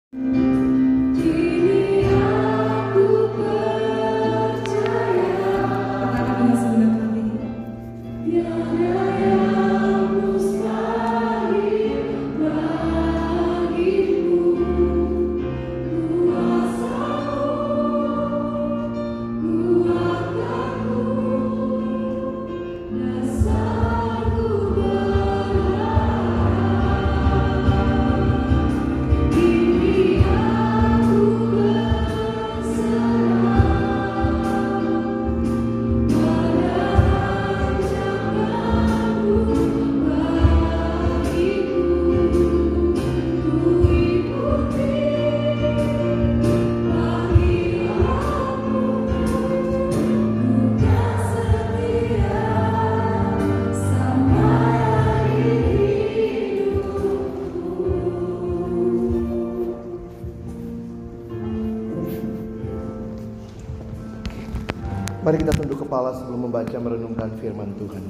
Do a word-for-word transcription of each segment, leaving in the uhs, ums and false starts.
Mari kita tunduk kepala sebelum membaca merenungkan firman Tuhan.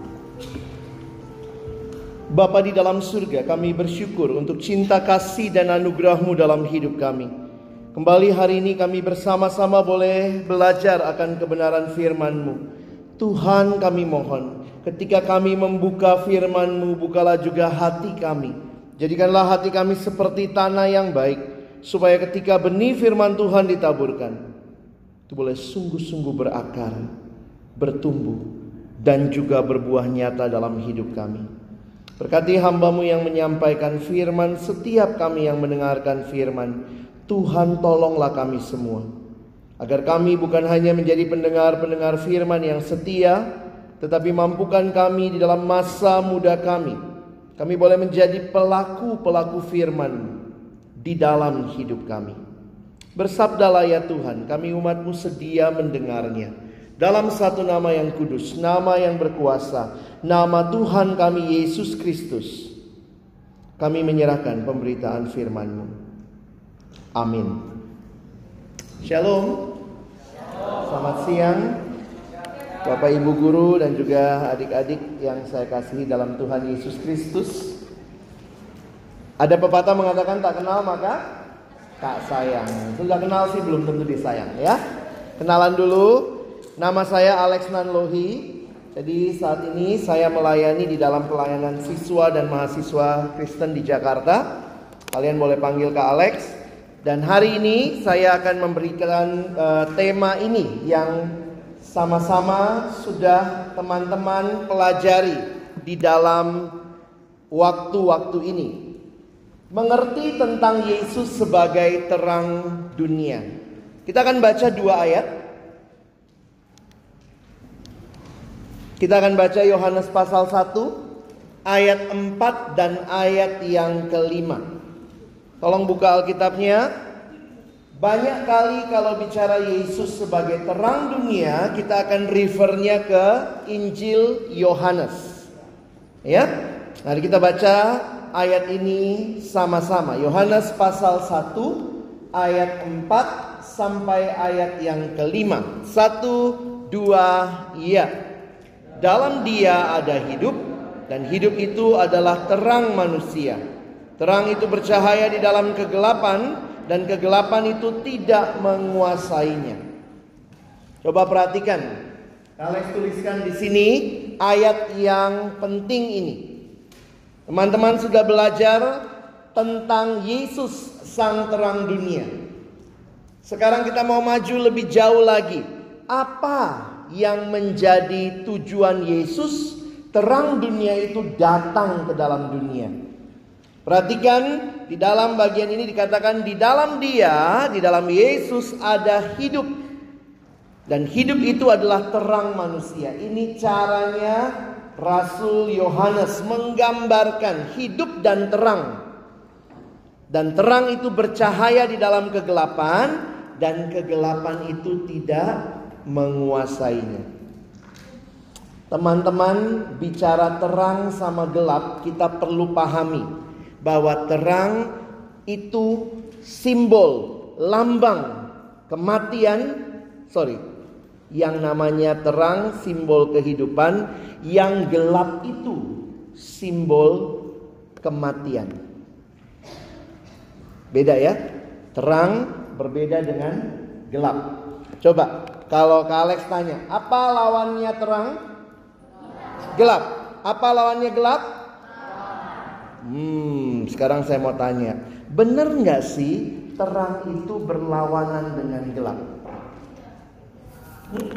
Bapa di dalam surga, kami bersyukur untuk cinta kasih dan anugerah-Mu dalam hidup kami. Kembali hari ini kami bersama-sama boleh belajar akan kebenaran firman-Mu. Tuhan, kami mohon, ketika kami membuka firman-Mu, bukalah juga hati kami. Jadikanlah hati kami seperti tanah yang baik, supaya ketika benih firman Tuhan ditaburkan, itu boleh sungguh-sungguh berakar, bertumbuh, dan juga berbuah nyata dalam hidup kami. Berkati hamba-Mu yang menyampaikan firman, setiap kami yang mendengarkan firman. Tuhan, tolonglah kami semua, agar kami bukan hanya menjadi pendengar-pendengar firman yang setia, tetapi mampukan kami di dalam masa muda kami, kami boleh menjadi pelaku-pelaku firman di dalam hidup kami. Bersabdalah ya Tuhan, kami umat-Mu sedia mendengarnya. Dalam satu nama yang kudus, nama yang berkuasa, nama Tuhan kami Yesus Kristus, kami menyerahkan pemberitaan firman-Mu. Amin. Shalom. Selamat siang Bapak Ibu Guru dan juga adik-adik yang saya kasihi dalam Tuhan Yesus Kristus. Ada pepatah mengatakan tak kenal maka tak sayang. Sudah kenal sih belum tentu disayang ya. Kenalan dulu. Nama saya Alex Nanlohi. Jadi saat ini saya melayani di dalam pelayanan siswa dan mahasiswa Kristen di Jakarta. Kalian boleh panggil Kak Alex. Dan hari ini saya akan memberikan uh, tema ini yang sama-sama sudah teman-teman pelajari di dalam waktu-waktu ini. Mengerti tentang Yesus sebagai terang dunia. Kita akan baca dua ayat. Kita akan baca Yohanes pasal satu ayat empat dan ayat yang kelima. Tolong buka Alkitabnya. Banyak kali kalau bicara Yesus sebagai terang dunia, kita akan refernya ke Injil Yohanes. Ya, mari kita baca ayat ini sama-sama. Yohanes pasal satu ayat empat sampai ayat yang kelima. Satu, dua, ya. Dalam Dia ada hidup, dan hidup itu adalah terang manusia. Terang itu bercahaya di dalam kegelapan, dan kegelapan itu tidak menguasainya. Coba perhatikan. Alex tuliskan di sini ayat yang penting ini. Teman-teman sudah belajar tentang Yesus sang terang dunia. Sekarang kita mau maju lebih jauh lagi. Apa yang menjadi tujuan Yesus terang dunia itu datang ke dalam dunia? Perhatikan, di dalam bagian ini dikatakan di dalam Dia, di dalam Yesus ada hidup. Dan hidup itu adalah terang manusia. Ini caranya Rasul Yohanes menggambarkan hidup dan terang. Dan terang itu bercahaya di dalam kegelapan, dan kegelapan itu tidak menguasainya. Teman-teman, bicara terang sama gelap, kita perlu pahami bahwa terang itu simbol, lambang kematian. Sorry, yang namanya terang simbol kehidupan, yang gelap itu simbol kematian. Beda ya. Terang berbeda dengan gelap. Coba kalau Kak Alex tanya, apa lawannya terang? Gelap. Apa lawannya gelap? Hmm, sekarang saya mau tanya, benar nggak sih terang itu berlawanan dengan gelap? Hmm?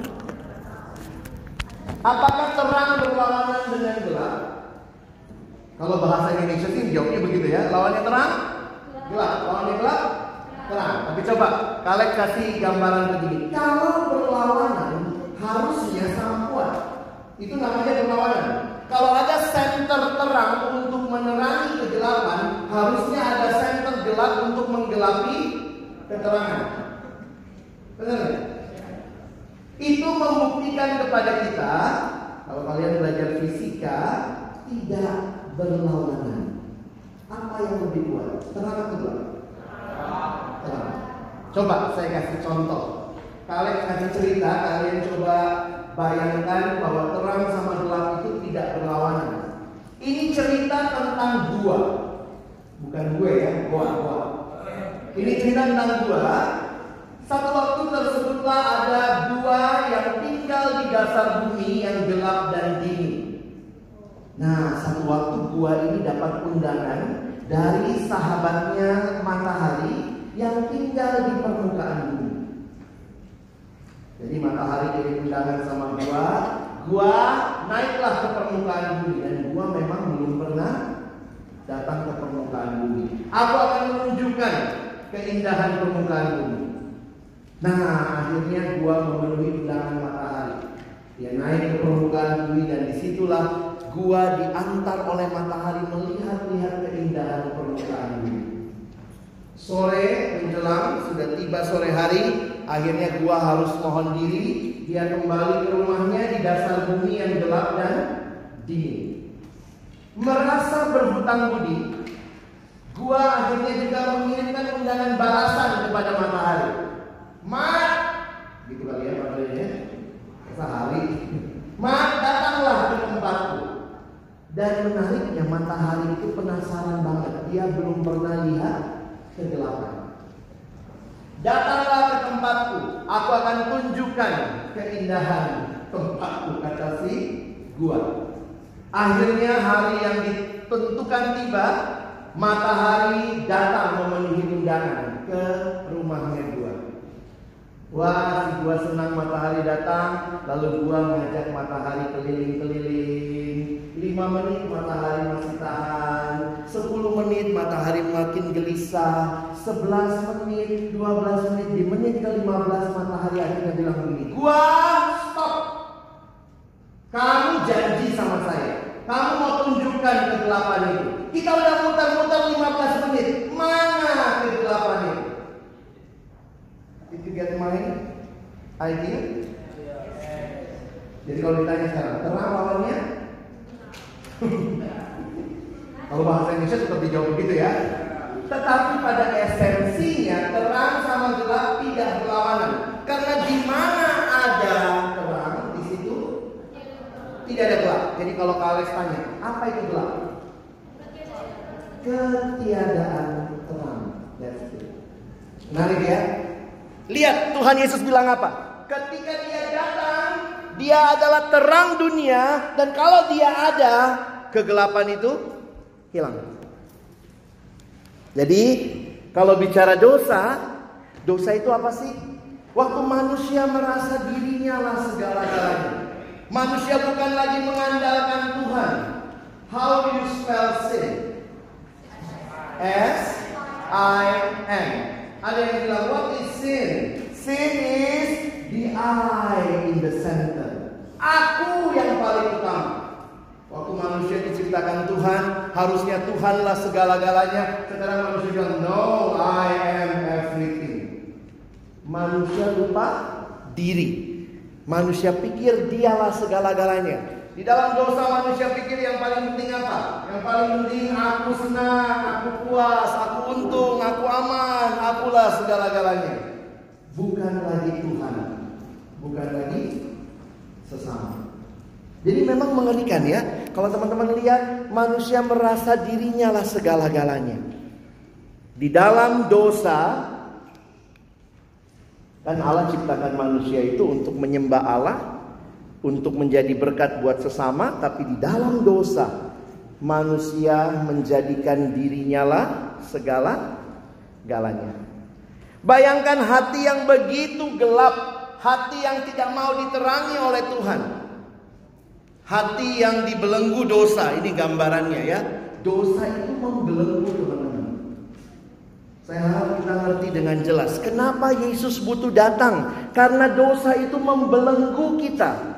Apakah terang berlawanan dengan gelap? Kalau bahasa Indonesia sih jawabnya begitu ya. Lawannya terang, gelap. Lawannya gelap, terang. Tapi coba kalian kasih gambaran begini. Kalau berlawanan harusnya sama kuat. Itu namanya berlawanan. Kalau ada senter terang untuk menerangi kegelapan, harusnya ada senter gelap untuk menggelapi keterangan. Benar nggak? Itu membuktikan kepada kita, kalau kalian belajar fisika, tidak berlawanan. Apa yang lebih kuat? Terang atau gelap? Terang. Coba saya kasih contoh. Kalian kasih cerita, kalian coba bayangkan bahwa terang sama gelap itu tidak berlawanan. Ini cerita tentang gua. Bukan gue ya, gua, gua. Ini cerita tentang gua. Satu waktu tersebutlah ada gua yang tinggal di dasar bumi yang gelap dan dingin. Nah, satu waktu gua ini dapat undangan dari sahabatnya matahari yang tinggal di permukaan bumi. Jadi matahari kirim undangan sama gua, gua naiklah ke permukaan bumi dan gua memang belum pernah datang ke permukaan bumi. Aku akan menunjukkan keindahan permukaan bumi. Nah, akhirnya gua memenuhi undangan matahari. Dia naik ke permukaan bumi dan disitulah gua diantar oleh matahari melihat-lihat keindahan permukaan bumi. Sore menjelang, sudah tiba sore hari, akhirnya gua harus mohon diri. Dia kembali ke rumahnya di dasar bumi yang gelap dan dingin. Merasa berhutang budi, gua akhirnya juga mengirimkan undangan balasan kepada matahari. Mat, gitu kali ya mataharinya, sehari. Mat, datanglah ke tempatku. Dan menariknya matahari itu penasaran banget. Dia belum pernah lihat kegelapan. Datanglah ke tempatku, aku akan tunjukkan keindahan tempatku, kata si gua. Akhirnya hari yang ditentukan tiba, matahari datang memenuhi undangan ke rumahnya gua. Wah, si gua senang matahari datang, lalu gua ngajak matahari keliling-keliling. Lima menit matahari masih tahan, sepuluh menit matahari makin gelisah, sebelas menit, dua belas menit, di menit ke lima belas matahari akhirnya bilang begini, gua stop. Kamu janji sama saya, kamu mau tunjukkan kegelapan itu. Kita udah muter-muter lima belas menit, mana kegelapan itu? Did you get my idea? Jadi kalau ditanya sekarang, terang lawannya? Kalau bahasa Indonesia tetap dijawab begitu ya. Tetapi pada esensinya terang sama gelap tidak berlawanan. Karena di mana ada terang, di situ tidak ada gelap. Jadi kalau Kak Alex tanya, apa itu gelap? Ketiadaan terang. That's it. Menarik ya? Lihat Tuhan Yesus bilang apa? Ketika dia datang, dia adalah terang dunia. Dan kalau dia ada, kegelapan itu hilang. Jadi kalau bicara dosa, dosa itu apa sih? Waktu manusia merasa dirinya lah segala-galanya. Manusia bukan lagi mengandalkan Tuhan. How do you spell sin? S I N. Ada yang bilang, what is sin? Sin is the I in the center. Aku yang paling utama. Waktu manusia diciptakan Tuhan, harusnya Tuhanlah segala-galanya. Sekarang manusia bilang, no, I am everything. Manusia lupa diri. Manusia pikir dialah segala-galanya. Di dalam dosa manusia pikir yang paling penting apa? Yang paling penting aku senang, aku puas, aku untung, aku aman, akulah segala-galanya. Bukan lagi Tuhan, bukan lagi sesama. Jadi memang mengerikan ya. Kalau teman-teman lihat, manusia merasa dirinya lah segala-galanya. Di dalam dosa, kan Allah ciptakan manusia itu untuk menyembah Allah, untuk menjadi berkat buat sesama. Tapi di dalam dosa, manusia menjadikan dirinya lah segala galanya. Bayangkan hati yang begitu gelap, hati yang tidak mau diterangi oleh Tuhan, hati yang dibelenggu dosa. Ini gambarannya ya. Dosa itu membelenggu, teman-teman. Saya harap kita ngerti dengan jelas kenapa Yesus butuh datang. Karena dosa itu membelenggu kita.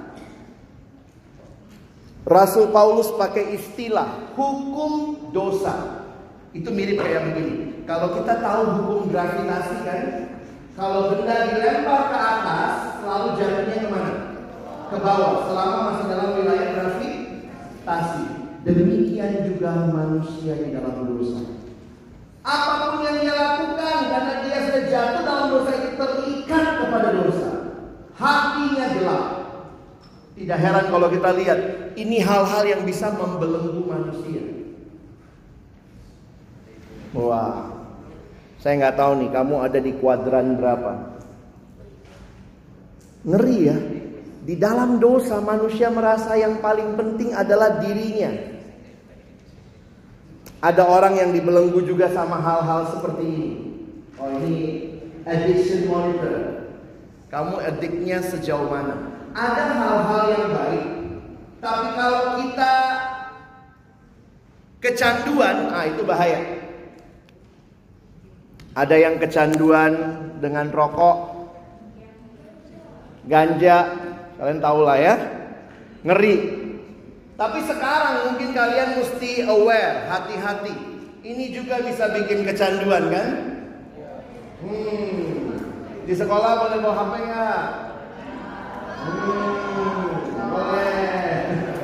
Rasul Paulus pakai istilah hukum dosa. Itu mirip kayak begini. Kalau kita tahu hukum gravitasi kan, kalau benda dilempar ke atas, selalu jatuhnya kemana? Ke bawah, selama masih dalam wilayah gravitasi. Demikian juga manusia di dalam dosa. Apapun yang dia lakukan, karena dia sudah jatuh dalam dosa itu, terikat kepada dosa. Hatinya gelap. Tidak heran kalau kita lihat, ini hal-hal yang bisa membelenggu manusia. Wah, saya nggak tahu nih, kamu ada di kuadran berapa? Ngeri ya. Di dalam dosa manusia merasa yang paling penting adalah dirinya. Ada orang yang dibelenggu juga sama hal-hal seperti ini. Oh, ini addiction monitor. Kamu addictnya sejauh mana? Ada hal-hal yang baik, tapi kalau kita kecanduan, ah itu bahaya. Ada yang kecanduan dengan rokok, ganja, kalian tahu lah ya, ngeri. Tapi sekarang mungkin kalian mesti aware, hati-hati. Ini juga bisa bikin kecanduan kan? Hmm, di sekolah boleh bawa H P nggak? Hmm, boleh.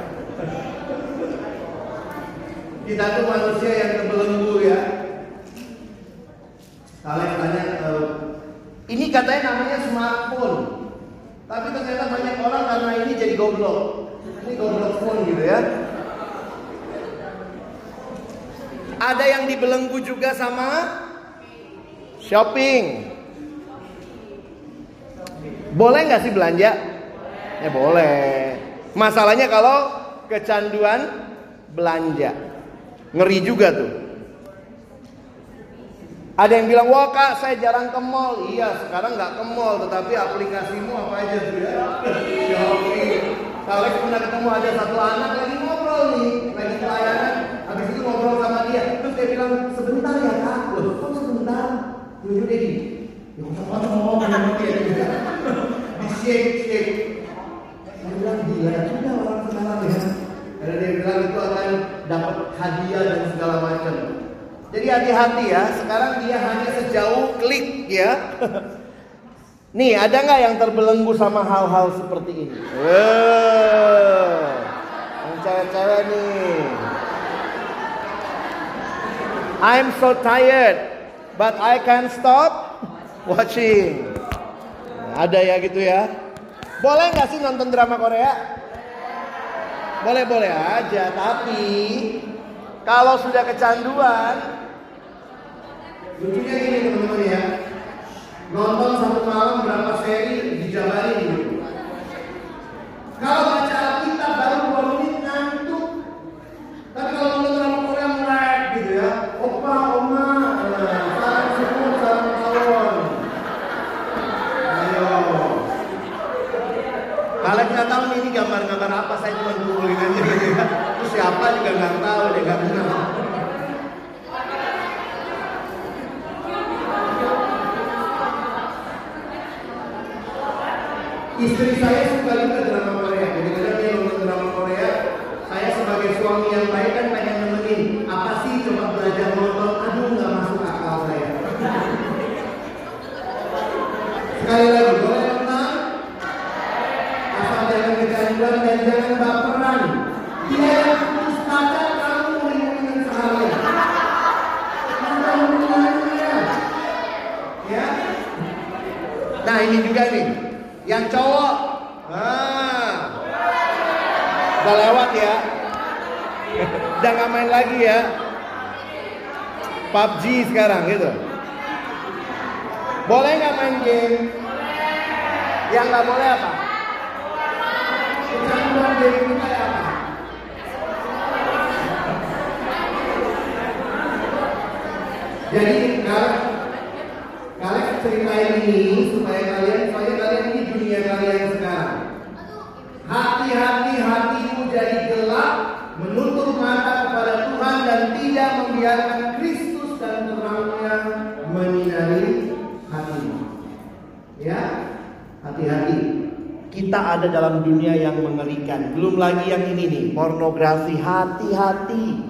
Kita tuh manusia yang terbelenggu ya. Kalian tanya, uh, ini katanya namanya smartphone. Tapi ternyata banyak orang karena ini jadi goblok. Ini goblok phone gitu ya. Ada yang dibelenggu juga sama shopping. Boleh nggak sih belanja? Ya boleh. Masalahnya kalau kecanduan belanja, ngeri juga tuh. Ada yang bilang, wah kak saya jarang ke mall. Iya sekarang nggak ke mall, tetapi aplikasimu apa aja tuh ya? Shopping. Kalau pernah ketemu ada satu anak lagi ngobrol nih, lagi pelayanan, habis itu ngobrol sama dia, terus dia bilang sebentar ya kak, loh kok sebentar? Jujur deh, ya kok ngomong sama dia juga, di shake shake. Saya bilang gila juga orang sekarang ya, karena dia bilang itu akan dapat hadiah dan segala macam. Jadi hati-hati ya, sekarang dia hanya sejauh klik ya. Nih, ada nggak yang terbelenggu sama hal-hal seperti ini? Wow, yang cewek-cewek nih. I'm so tired, but I can't stop watching. Nah, ada ya gitu ya. Boleh nggak sih nonton drama Korea? Boleh-boleh aja, tapi kalau sudah kecanduan, lucunya gini teman-teman ya. Nonton satu malam berapa seri dijabarin gitu. Kalau baca Alkitab baru dua menit ngantuk. Tapi kalau nonton drama Korea melek gitu ya. Opa, oma, sarang suku, sarang kawan. Ayo. Kalian nggak tahu nih ini gambar-gambar apa, saya cuma googling aja gitu ya. Terus siapa juga nggak tahu, dia nggak kenal. Istri saya suka juga drama Korea. Jadi kadang dia nonton drama Korea, saya sebagai suami yang baik kan pengen nemenin. Apa sih coba belajar nonton? Aduh nggak masuk akal saya. Sekali lagi boleh nonton? Asal jangan kecanduan dan jangan baperan. Dia yang putus pacar kamu murid-murid sekalian. Ya. Nah ini juga nih. Yang cowok, ah, udah lewat ya, udah nggak main lagi ya. P U B G sekarang gitu. Boleh nggak main game? Yang nggak boleh apa? Kecanduan game itu kayak apa? Jadi kalau kalian ceritain ini supaya kalian supaya kalian ini dunia kalian sekarang. Hati-hati hatimu jadi gelap, menutup mata kepada Tuhan dan tidak membiarkan Kristus dan terangnya menyinari hatimu. Ya, hati-hati. Kita ada dalam dunia yang mengerikan. Belum lagi yang ini nih, pornografi. Hati-hati.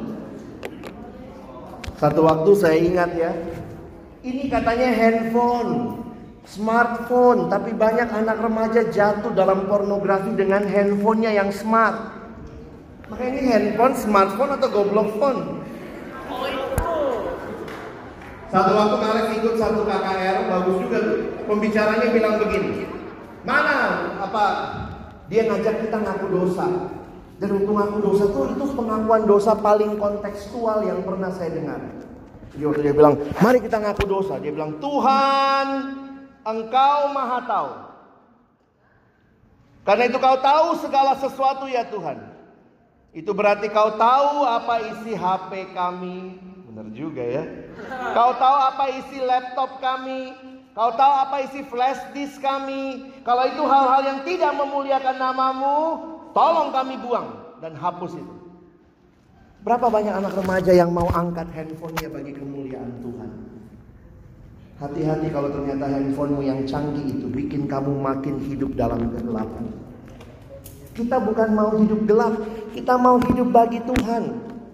Satu waktu saya ingat ya, ini katanya handphone, smartphone, tapi banyak anak remaja jatuh dalam pornografi dengan handphonenya yang smart. Makanya ini handphone, smartphone atau goblok phone? Satu waktu Alex ikut satu K K R, bagus juga tuh. Pembicaranya bilang begini, mana apa? Dia ngajak kita ngaku dosa. Dan untuk ngaku dosa tuh itu pengakuan dosa paling kontekstual yang pernah saya dengar. Dia waktu dia bilang, mari kita ngaku dosa. Dia bilang, Tuhan, Engkau Maha Tahu. Karena itu Kau tahu segala sesuatu ya Tuhan. Itu berarti Kau tahu apa isi H P kami. Benar juga ya. Kau tahu apa isi laptop kami. Kau tahu apa isi flash disk kami. Kalau itu hal-hal yang tidak memuliakan namamu, tolong kami buang dan hapus itu. Berapa banyak anak remaja yang mau angkat handphonenya bagi kemuliaan Tuhan. Hati-hati kalau ternyata handphonemu yang canggih itu bikin kamu makin hidup dalam kegelapan. Kita bukan mau hidup gelap, kita mau hidup bagi Tuhan.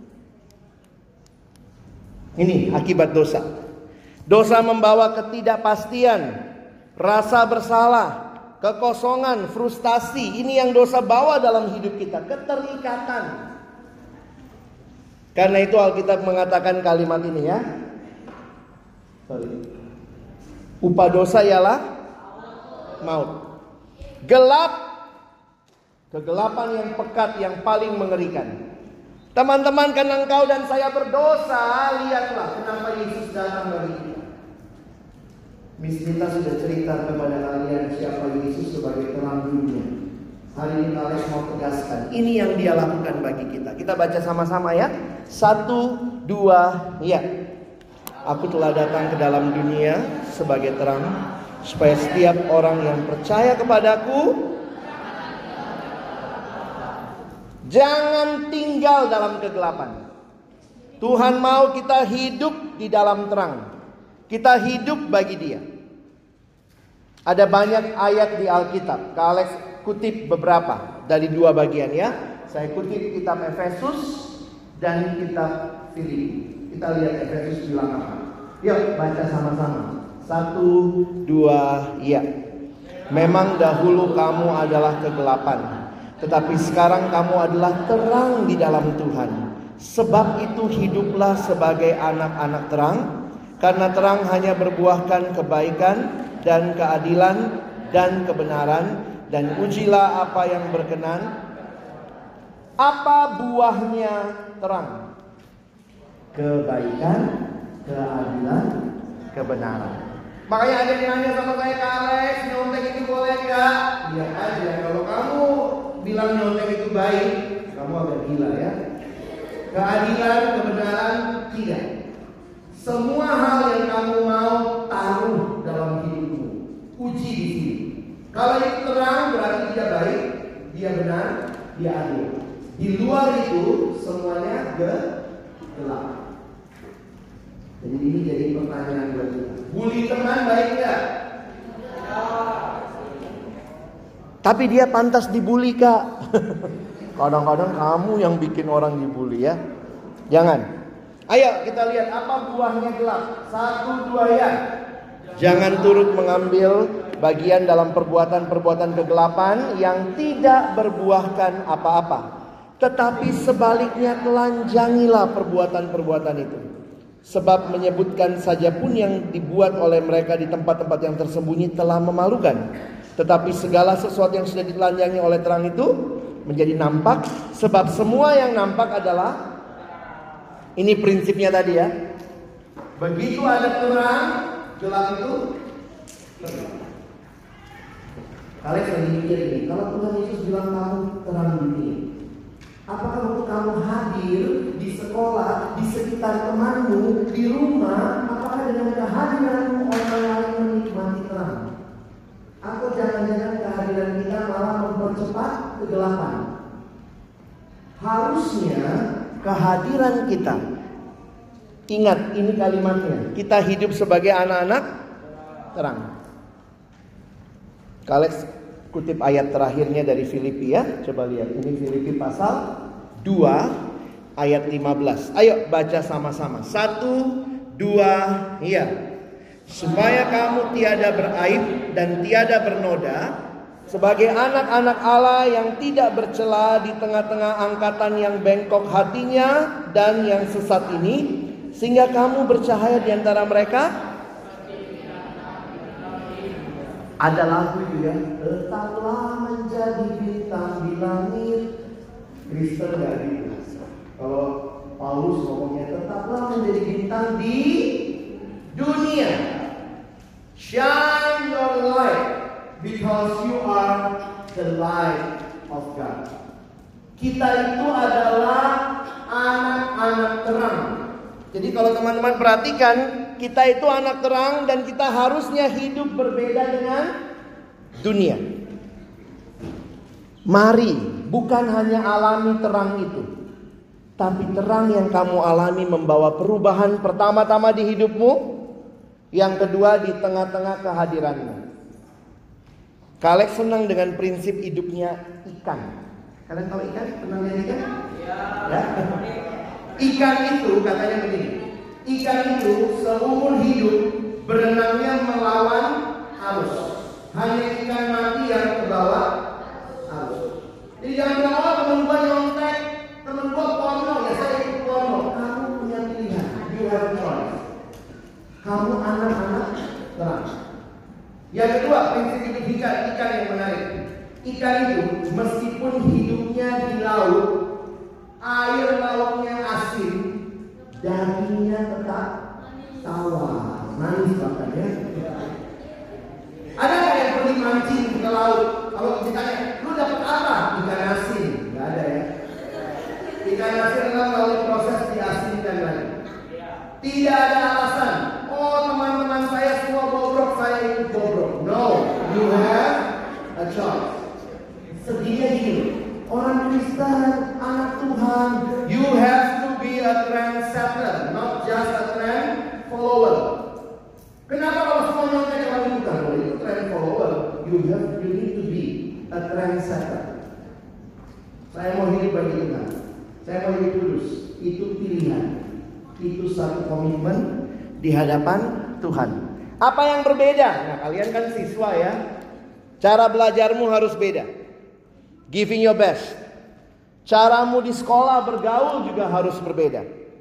Ini akibat dosa. Dosa membawa ketidakpastian, rasa bersalah, kekosongan, frustasi. Ini yang dosa bawa dalam hidup kita. Keterikatan. Karena itu Alkitab mengatakan kalimat ini ya. Sorry. Upah dosa ialah maut. Gelap. Kegelapan yang pekat yang paling mengerikan. Teman-teman, karena engkau dan saya berdosa, lihatlah kenapa Yesus datang bagi kita. Miss Mita sudah cerita kepada kalian siapa Yesus sebagai terang dunia. Hari ini kalian mau tegaskan, ini yang dia lakukan bagi kita. Kita baca sama-sama ya. Satu, dua, ya. Aku telah datang ke dalam dunia sebagai terang, supaya setiap orang yang percaya kepadaku jangan tinggal dalam kegelapan. Tuhan mau kita hidup di dalam terang. Kita hidup bagi Dia. Ada banyak ayat di Alkitab. Kak Alex kutip beberapa dari dua bagian ya. Saya kutip kitab Efesus dan kitab Filipi. Kita lihat Efesus bilang apa. Yuk baca sama-sama. Satu, dua, ya. Memang dahulu kamu adalah kegelapan, tetapi sekarang kamu adalah terang di dalam Tuhan. Sebab itu hiduplah sebagai anak-anak terang. Karena terang hanya berbuahkan kebaikan dan keadilan dan kebenaran. Dan ujilah apa yang berkenan. Apa buahnya terang? Kebaikan, keadilan, kebenaran. Makanya ada yang nanya sama saya, Kak Alex, nyontek itu boleh gak? Lihat aja, kalau kamu bilang nyontek itu baik, kamu agak gila ya. Keadilan, kebenaran, tidak. Semua hal yang kamu mau taruh dalam hidupmu, uji di sini. Kalau itu terang berarti dia baik, dia benar, dia adil. Di luar itu semuanya gelap. Jadi ini jadi pertanyaan buat kita. Bully teman baik gak? Tapi dia pantas dibully kak. Kadang-kadang kamu yang bikin orang dibully ya. Jangan. Ayo kita lihat apa buahnya gelap. Satu dua ya. Jangan turut mengambil bagian dalam perbuatan-perbuatan kegelapan yang tidak berbuahkan apa-apa. Tetapi sebaliknya telanjangilah perbuatan-perbuatan itu. Sebab menyebutkan saja pun yang dibuat oleh mereka di tempat-tempat yang tersembunyi telah memalukan. Tetapi segala sesuatu yang sudah ditelanjangi oleh terang itu menjadi nampak. Sebab semua yang nampak adalah, ini prinsipnya tadi ya, Begitu ada terang, gelap itu terang. Kalian sering mikir ini, kalau Tuhan Yesus bilang kamu terang dunia, apakah waktu kamu hadir di sekolah, di sekitar temanmu, di rumah, apakah dengan kehadiranmu orang lain menikmati terang? Atau jangan-jangan kehadiran kita malah mempercepat kegelapan? Harusnya kehadiran kita, ingat ini kalimatnya, kita hidup sebagai anak-anak terang. Kalian kutip ayat terakhirnya dari Filipi ya. Coba lihat, ini Filipi pasal dua ayat lima belas. Ayo baca sama-sama. Satu, dua, iya. Supaya kamu tiada beraib dan tiada bernoda, sebagai anak-anak Allah yang tidak bercela di tengah-tengah angkatan yang bengkok hatinya dan yang sesat ini, sehingga kamu bercahaya di antara mereka. Ada lagu juga, tetaplah menjadi bintang di langit. Kristen gak gitu. Kalau Paulus ngomongnya, tetaplah menjadi bintang di dunia. Shine your light, because you are the light of God. Kita itu adalah anak-anak terang. Jadi kalau teman-teman perhatikan, kita itu anak terang dan kita harusnya hidup berbeda dengan dunia. Mari, bukan hanya alami terang itu, tapi terang yang kamu alami membawa perubahan pertama-tama di hidupmu, yang kedua di tengah-tengah kehadiranmu. Kalian senang dengan prinsip hidupnya ikan. Kalian tahu ikan? Pernah lihat ikan? Ya. Ikan itu katanya begini, ikan itu seumur hidup berenangnya melawan arus. Hanya ikan mati yang terbawa arus. Jadi jangan bilang, oh temen gua nyontek, temen gua porno, ya saya ikut porno. Kamu punya pilihan, you have a choice. Kamu anak-anak terang. Yang kedua, prinsip hidup ikan, ikan yang menarik. Ikan itu meskipun hidupnya di laut, air lautnya asin, dagingnya tetap tawar, manis bahkan ya. Ada nggak yang pergi mancing ke laut? Kalau ditanya, lu dapat apa? Ikan asin, nggak ada ya. Ikan asin kan melalui proses diasinkan lagi. Tidak ada alasan. Oh teman-teman saya semua bobrok, saya ikut bobrok. No, you have a choice. Sedihnya gini. Orang Kristen, anak Tuhan, you have to be a trendsetter, not just a trend follower. Kenapa kalau semua nyontek kalau bukan? Kalau itu trend follower, you have you need to be a trendsetter. Saya mau hidup bagi Tuhan, saya mau hidup tulus. Itu pilihan, itu satu komitmen di hadapan Tuhan. Apa yang berbeda? Nah kalian kan siswa ya, cara belajarmu harus beda. Giving your best. Caramu di sekolah bergaul juga harus berbeda.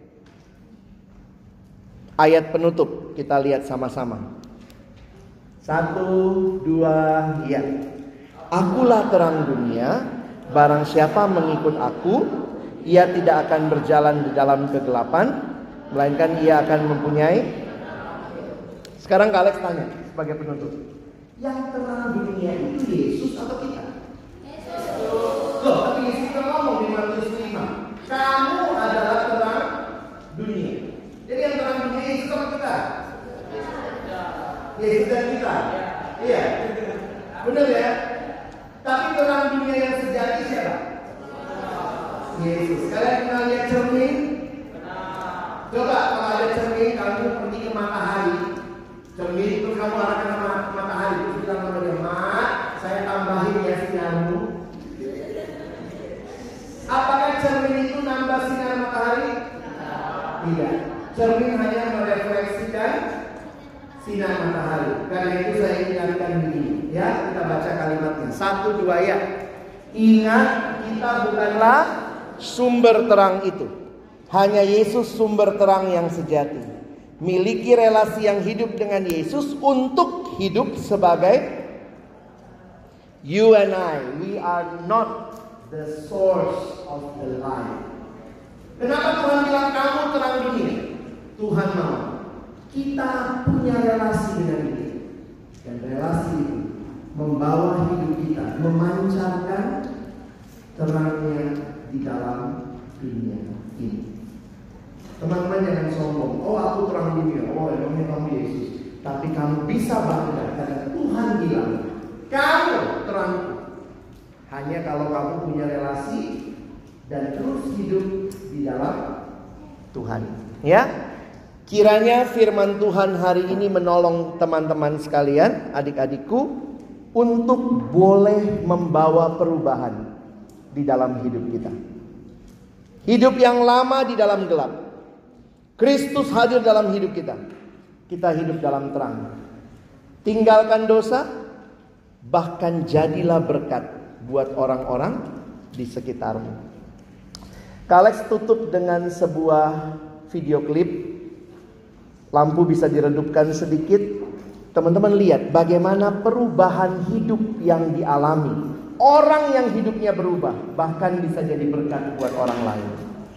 Ayat penutup kita lihat sama-sama. Satu, dua, ya. Akulah terang dunia. Barang siapa mengikut aku, ia tidak akan berjalan di dalam kegelapan, melainkan ia akan mempunyai. Sekarang kalian tanya sebagai penutup, yang terang dunia itu Yesus atau kita? Loh, tapi Yesus kan ngomong di Matius lima, kamu adalah terang dunia. Jadi yang terang dunia Yesus sama kita? Yesus dan kita? Iya. Benar ya? Tapi terang dunia yang sejati siapa? Yesus. Kalian pernah lihat cermin? Coba kalau ada cermin, kamu pergi ke matahari. Cermin itu kamu arahkan ke matahari, terus bilang sama dia, Mak, saya tambahin ya sinarmu. Apakah cermin itu nambah sinar matahari? Tidak. Cermin hanya merefleksikan sinar matahari. Karena itu saya ingatkan begini, ya, kita baca kalimatnya. Satu dua ya. Ingat, kita bukanlah sumber terang itu. Hanya Yesus sumber terang yang sejati. Miliki relasi yang hidup dengan Yesus untuk hidup sebagai you and I. We are not the source of the light. Kenapa Tuhan bilang kamu terang dunia? Tuhan mau kita punya relasi dengan dia. Dan relasi itu membawa hidup kita, memancarkan terangnya di dalam dunia ini. Teman-teman jangan sombong. Oh, aku terang dunia. Oh, emangnya kamu Yesus. Tapi kamu bisa bangga karena Tuhan bilang, kamu terangku. Hanya kalau kamu punya relasi dan terus hidup di dalam Tuhan. Ya, kiranya firman Tuhan hari ini menolong teman-teman sekalian, adik-adikku, untuk boleh membawa perubahan di dalam hidup kita. Hidup yang lama di dalam gelap, Kristus hadir dalam hidup kita. Kita hidup dalam terang. Tinggalkan dosa, bahkan jadilah berkat buat orang-orang di sekitarmu. Kalex tutup dengan sebuah video klip. Lampu bisa diredupkan sedikit. Teman-teman lihat bagaimana perubahan hidup yang dialami. Orang yang hidupnya berubah bahkan bisa jadi berkat buat orang lain.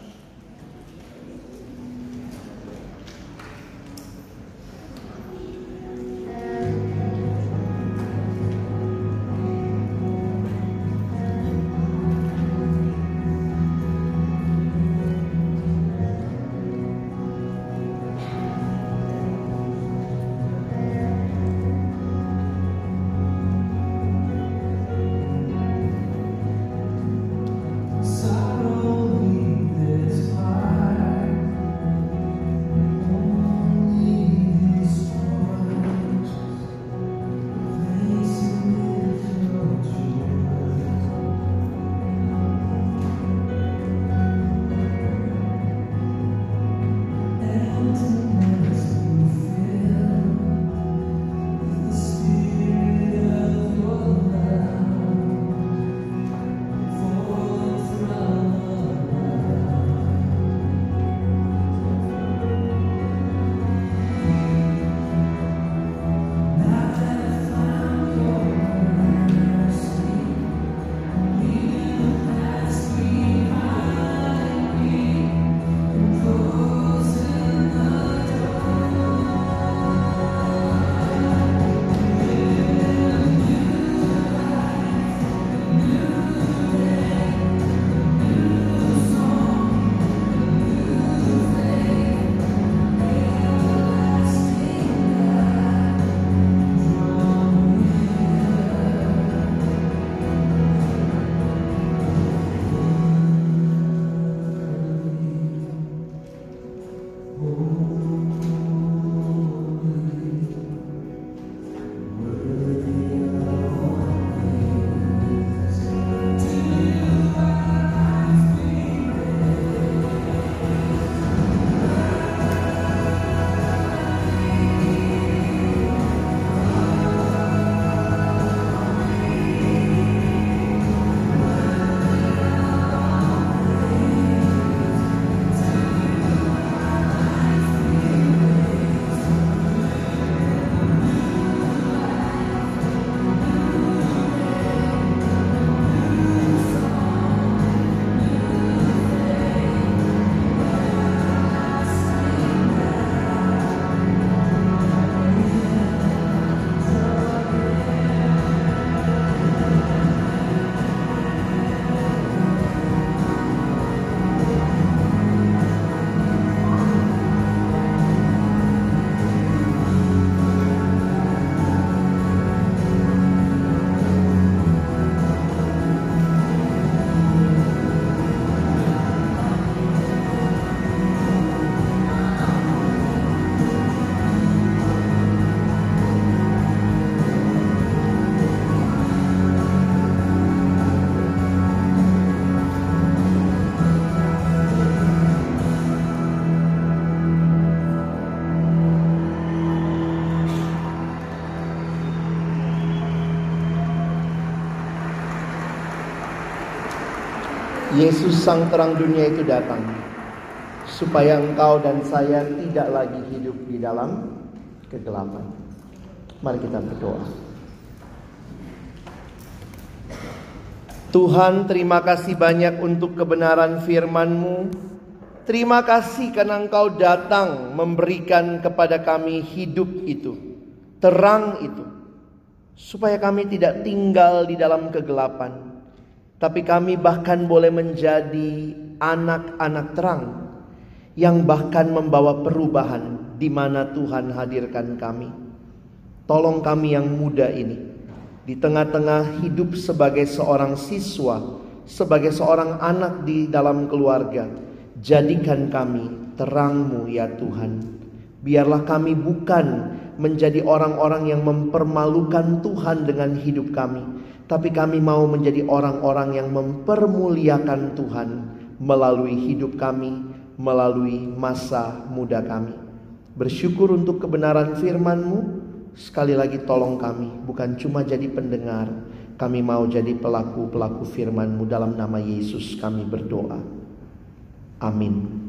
Yesus sang terang dunia itu datang supaya engkau dan saya tidak lagi hidup di dalam kegelapan. Mari kita berdoa. Tuhan, terima kasih banyak untuk kebenaran firman-Mu. terima kasih karena Engkau datang memberikan kepada kami hidup itu, terang itu, supaya kami tidak tinggal di dalam kegelapan, tapi kami bahkan boleh menjadi anak-anak terang yang bahkan membawa perubahan di mana Tuhan hadirkan kami. Tolong kami yang muda ini, di tengah-tengah hidup sebagai seorang siswa, sebagai seorang anak di dalam keluarga, jadikan kami terang-Mu ya Tuhan. Biarlah kami bukan menjadi orang-orang yang mempermalukan Tuhan dengan hidup kami, tapi kami mau menjadi orang-orang yang mempermuliakan Tuhan melalui hidup kami, melalui masa muda kami. Bersyukur untuk kebenaran firman-Mu. Sekali lagi tolong kami, bukan cuma jadi pendengar, kami mau jadi pelaku-pelaku firman-Mu. Dalam nama Yesus kami berdoa. Amin.